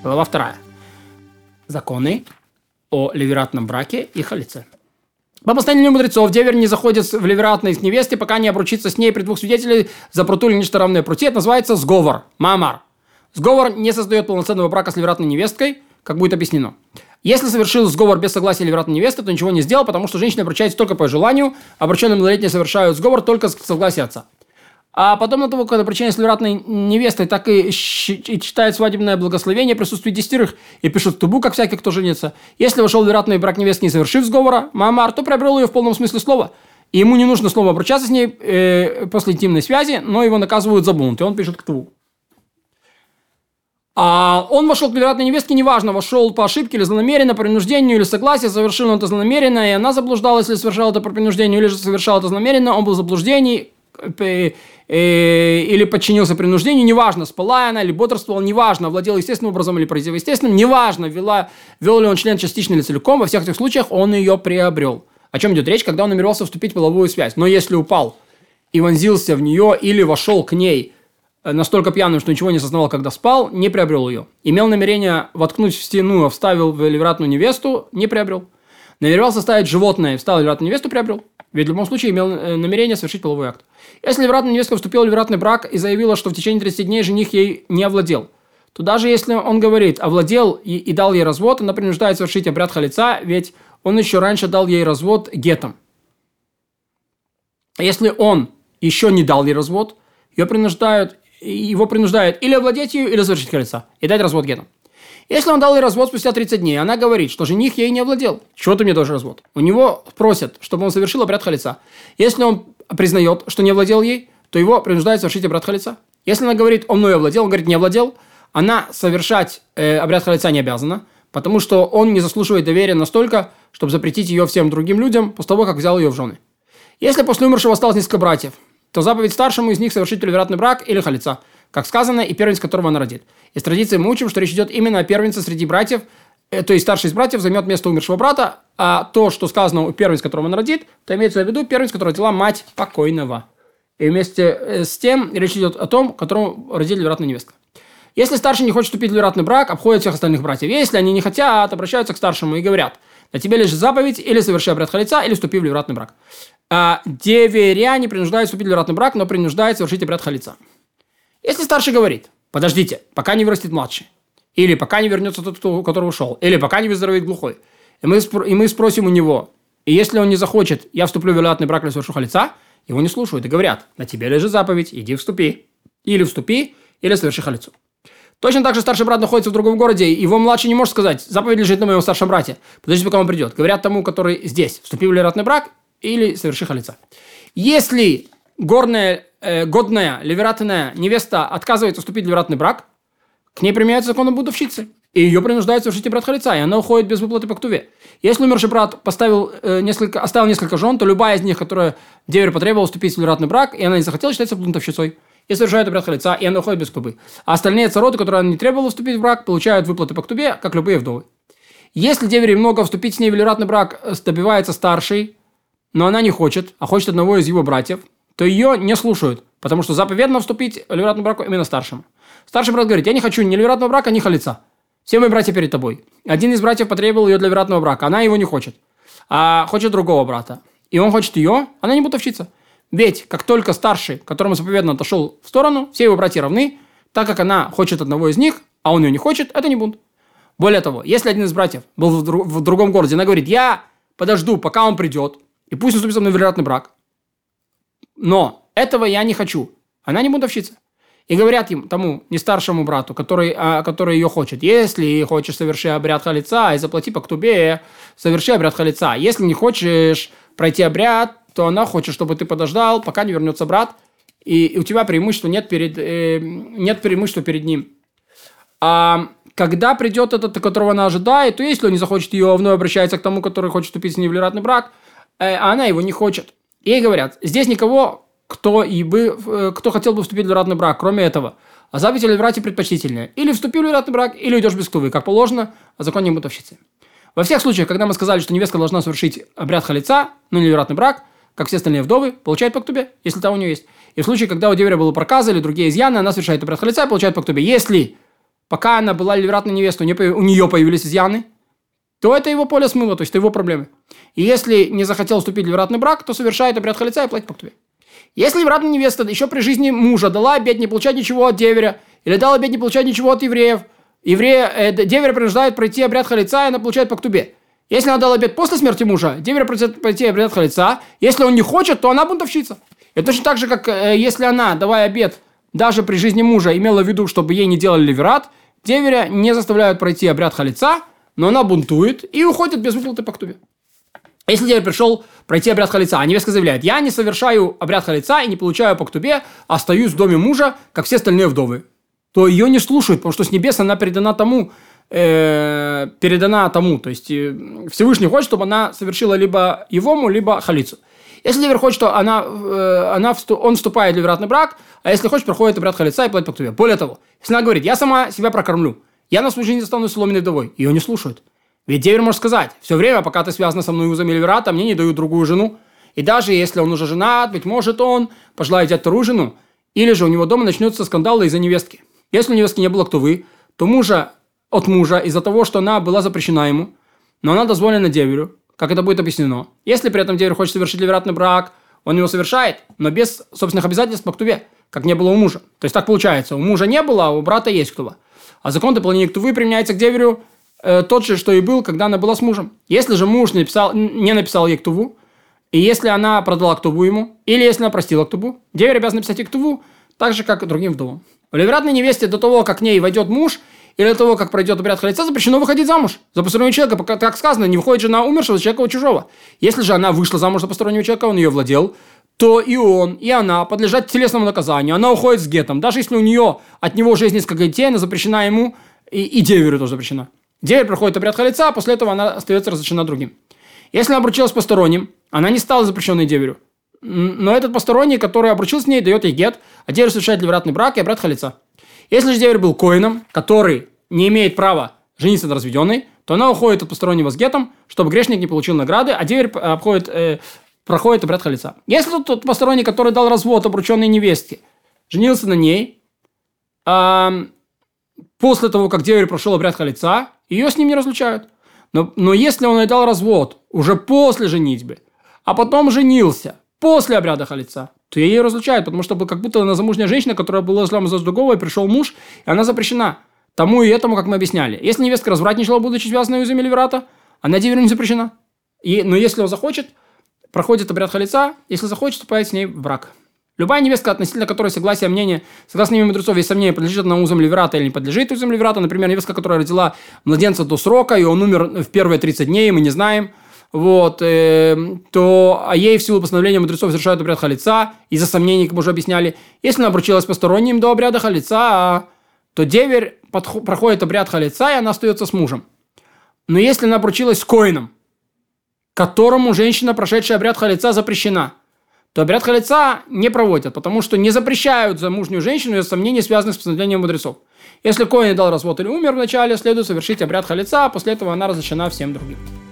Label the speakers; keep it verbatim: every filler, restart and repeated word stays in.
Speaker 1: Глава вторая. Законы о левератном браке и халице. По постановлению мудрецов, деверь не заходит в левератной к невесте, пока не обручится с ней при двух свидетелей за пруту или нечто равное пруте. Это называется сговор, маамар. Сговор не создает полноценного брака с левератной невесткой, как будет объяснено. Если совершил сговор без согласия левератной невесты, то ничего не сделал, потому что женщина обручается только по желанию, обрученные малолетние совершают сговор только с согласия отца. А потом на того, когда обручение с левератной невестой, так и читает свадебное благословение в присутствии десятерых и пишет тубу, как всякий, кто женится. Если вошел в левератный брак невесты, не совершив сговора, маамар, то приобрел ее в полном смысле слова. И ему не нужно снова обручаться с ней э, после интимной связи, но его наказывают за бунт, и он пишет ктубу. А он вошел к левератной невестке, неважно, вошел по ошибке или злонамеренно, по принуждению или согласию, совершил он это злонамеренно, и она заблуждалась, если совершал это по принуждению, или же совершал это злонамеренно, он был в заблуждении, или подчинился принуждению, неважно, спала она или бодрствовала, неважно, владел естественным образом или противоестественным, неважно, вела, вел ли он член частично или целиком, во всех этих случаях он ее приобрел. О чем идет речь, когда он намеревался вступить в половую связь. Но если упал и вонзился в нее или вошел к ней настолько пьяным, что ничего не осознавал, когда спал, не приобрел ее. Имел намерение воткнуть в стену, вставил в левератную невесту, не приобрел. Намеревался ставить животное, вставил в левератную невесту, приобрел. Ведь в любом случае имел намерение совершить половой акт. Если левератная невестка вступила в левератный брак и заявила, что в течение тридцати дней жених ей не овладел, то даже если он говорит овладел и, и дал ей развод, она принуждает совершить обряд халица, ведь он еще раньше дал ей развод гетом. Если он еще не дал ей развод, ее принуждают, его принуждают или овладеть ее, или совершить халица и дать развод гетом. Если он дал ей развод спустя тридцать дней, она говорит, что жених ей не овладел. Чего ты мне тоже развод? У него просят, чтобы он совершил обряд халица. Если он признает, что не овладел ей, то его принуждают совершить обряд халица. Если она говорит, он мной овладел, он говорит, не овладел, она совершать э, обряд халица не обязана, потому что он не заслуживает доверия настолько, чтобы запретить ее всем другим людям после того, как взял ее в жены. Если после умершего осталось несколько братьев, то заповедь старшему из них совершить левератный брак или халица, как сказано, и первенец, которого она родит. Из традиции мы учим, что речь идет именно о первенце среди братьев, э, то есть старший из братьев займет место умершего брата, а то, что сказано у первенца, которого она родит, то имеется в виду первенец, которого родила мать покойного. И вместе с тем речь идет о том, которому родили левератная невестка. Если старший не хочет вступить в левератный брак, обходят всех остальных братьев. Если они не хотят, обращаются к старшему и говорят, на тебе лежит заповедь, или соверши обряд халица, или вступи в левератный брак. А деверя не принуждают вступить в левератный брак, но принуждают совершить обряд халица. Если старший говорит, подождите, пока не вырастет младший, или пока не вернется тот, кто, который ушел, или пока не выздоровеет глухой, и мы, спро- и мы спросим у него, и если он не захочет, я вступлю в левератный брак или совершу халица, его не слушают и говорят, на тебе лежит заповедь, иди вступи, или вступи, или соверши халицу. Точно так же старший брат находится в другом городе, и его младший не может сказать, заповедь лежит на моем старшем брате, подождите, пока он придет. Говорят тому, который здесь, вступи в левератный брак или соверши халица. Если горная, э, годная, левератная невеста отказывается вступить в левератный брак, к ней применяются законы будовщицы, и ее принуждают совершить обряд халица, и она уходит без выплаты по ктуве. Если умерший брат поставил, э, несколько, оставил несколько жен, то любая из них, которая деверь потребовала вступить в левератный брак, и она не захотела, считается бунтовщицой. И совершает обряд халица, и она уходит без ктубы. А остальные цароты, которые она не требовала вступить в брак, получают выплаты по ктубе, как любые вдовы. Если девере много вступить с ней в левератный брак добивается старший, но она не хочет, а хочет одного из его братьев, то ее не слушают, потому что заповедно вступить в левератный брак именно старшему. Старший брат говорит, я не хочу ни левератного брака, ни халица. Все мои братья перед тобой. Один из братьев потребовал ее для левератного брака, она его не хочет, а хочет другого брата. И он хочет ее, она не бунтовщица. Ведь как только старший, которому заповедно отошел в сторону, все его братья равны, так как она хочет одного из них, а он ее не хочет, это не бунт. Более того, если один из братьев был в, друг, в другом городе, она говорит, я подожду, пока он придет, и пусть он вступит со мной в левератный брак, но этого я не хочу, она не бунтовщица. И говорят им, тому не старшему брату, который, а, который ее хочет, если хочешь, соверши обряд халица и заплати по ктубе, соверши обряд халица. Если не хочешь пройти обряд, то она хочет, чтобы ты подождал, пока не вернется брат, и, и у тебя преимущества нет, перед, э, нет преимущества перед ним. А когда придет этот, которого она ожидает, то если он не захочет ее, вновь обращается к тому, который хочет вступить с ней в левератный брак, э, а она его не хочет. Ей говорят, здесь никого, кто, и бы, э, кто хотел бы вступить в левератный брак, кроме этого. А заповедь о леверате предпочтительнее. Или вступи в левератный брак, или уйдешь без ктувы, как положено, о законе бунтовщицы. Во всех случаях, когда мы сказали, что невестка должна совершить обряд халица, но не левератный брак, как все остальные вдовы, получает по ктубе, если там у нее есть. И в случае, когда у деверя было проказа или другие изъяны, она совершает обряд халица и получает по ктубе. Если пока она была ливератной невестой, у нее появились изъяны, то это его поле смыло, то есть это его проблемы. И если не захотел вступить в ливератный брак, то совершает обряд халица и платит по ктуве. Если ливератная невеста еще при жизни мужа дала обет не получать ничего от деверя, или дала обет не получать ничего от евреев, еврея, э, деверя принуждает пройти обряд халица, и она получает по ктубе. Если она дала обет после смерти мужа, деверя просит пройти обряд халица. Если он не хочет, то она бунтовщица. Это точно так же, как э, если она, давая обет даже при жизни мужа, имела в виду, чтобы ей не делали ливерат, деверя не заставляют пройти обряд халица, но она бунтует и уходит без выплаты по ктубе. Если деверь пришел пройти обряд халица, а невестка заявляет: я не совершаю обряд халица и не получаю по ктубе, остаюсь в доме мужа, как все остальные вдовы, то ее не слушают, потому что с небес она передана тому, э, передана тому, то есть э, Всевышний хочет, чтобы она совершила либо евому, либо халицу. Если деверь хочет, то она, э, она, он вступает в ливератный брак, а если хочет, проходит обряд халица и платит по ктубе. Более того, если она говорит: я сама себя прокормлю, я на свою жизнь останусь соломенной вдовой, ее не слушают. Ведь деверь может сказать: все время, пока ты связана со мной узами ливерата, мне не дают другую жену. И даже если он уже женат, быть может, он пожелает взять вторую жену, или же у него дома начнется скандал из-за невестки. Если у невестки не было ктувы, то мужа от мужа из-за того, что она была запрещена ему, но она дозволена деверю, как это будет объяснено. Если при этом деверь хочет совершить ливератный брак, он его совершает, но без собственных обязательств по ктуве, как не было у мужа. То есть так получается: у мужа не было, а у брата есть ктува. А закон дополнения ктувы применяется к деверю э, тот же, что и был, когда она была с мужем. Если же муж не написал, не написал ей ктуву, и если она продала ктуву ему, или если она простила ктуву, деверь обязан написать ей ктуву, так же, как и другим вдовам. У ливератной невесте до того, как к ней войдет муж, или до того, как пройдет обряд халица, запрещено выходить замуж за постороннего человека. Пока, как сказано, не выходит жена умершего за человека чужого. Если же она вышла замуж за постороннего человека, он ее владел, то и он, и она подлежат телесному наказанию. Она уходит с гетом. Даже если у нее от него уже есть несколько детей, она запрещена ему, и, и деверю тоже запрещена. Деверь проходит обряд халица, а после этого она остается разрешена другим. Если она обручилась с посторонним, она не стала запрещенной деверю. Но этот посторонний, который обручился с ней, дает ей гет, а деверь совершает ливератный брак и обряд халица. Если же деверь был коином, который не имеет права жениться на разведенной, то она уходит от постороннего с гетом, чтобы грешник не получил награды, а деверь обходит, э, проходит обряд халица. Если тот, тот посторонний, который дал развод обрученной невестке, женился на ней, э, после того, как деверь прошел обряд халица, ее с ним не разлучают. Но, но если он ей дал развод уже после женитьбы, а потом женился после обряда халица, то ее разлучают, потому что как будто она замужняя женщина, которая была замужем за другого, и пришел муж, и она запрещена. Тому и этому, как мы объясняли. Если невестка развратничала, будучи связанной узами ливерата, она деверю не запрещена. И, но если он захочет, проходит обряд халица, если захочет, вступает с ней в брак. Любая невестка, относительно которой согласие мнения, согласно мнению мудрецов, есть сомнение, подлежит она узам ливерата или не подлежит узам ливерата. Например, невестка, которая родила младенца до срока, и он умер в первые тридцать дней, мы не знаем, вот, э, то а ей в силу постановления мудрецов совершают обряд халица, из-за сомнений, как мы уже объясняли. Если она обручилась посторонним до обряда халица, то деверь подх- проходит обряд халица, и она остается с мужем. Но если она обручилась с коином, которому женщина, прошедшая обряд халица, запрещена, то обряд халица не проводят, потому что не запрещают замужнюю женщину из-за сомнений, связанных с постановлением мудрецов. Если коин дал развод или умер вначале, следует совершить обряд халица, а после этого она разрешена всем другим.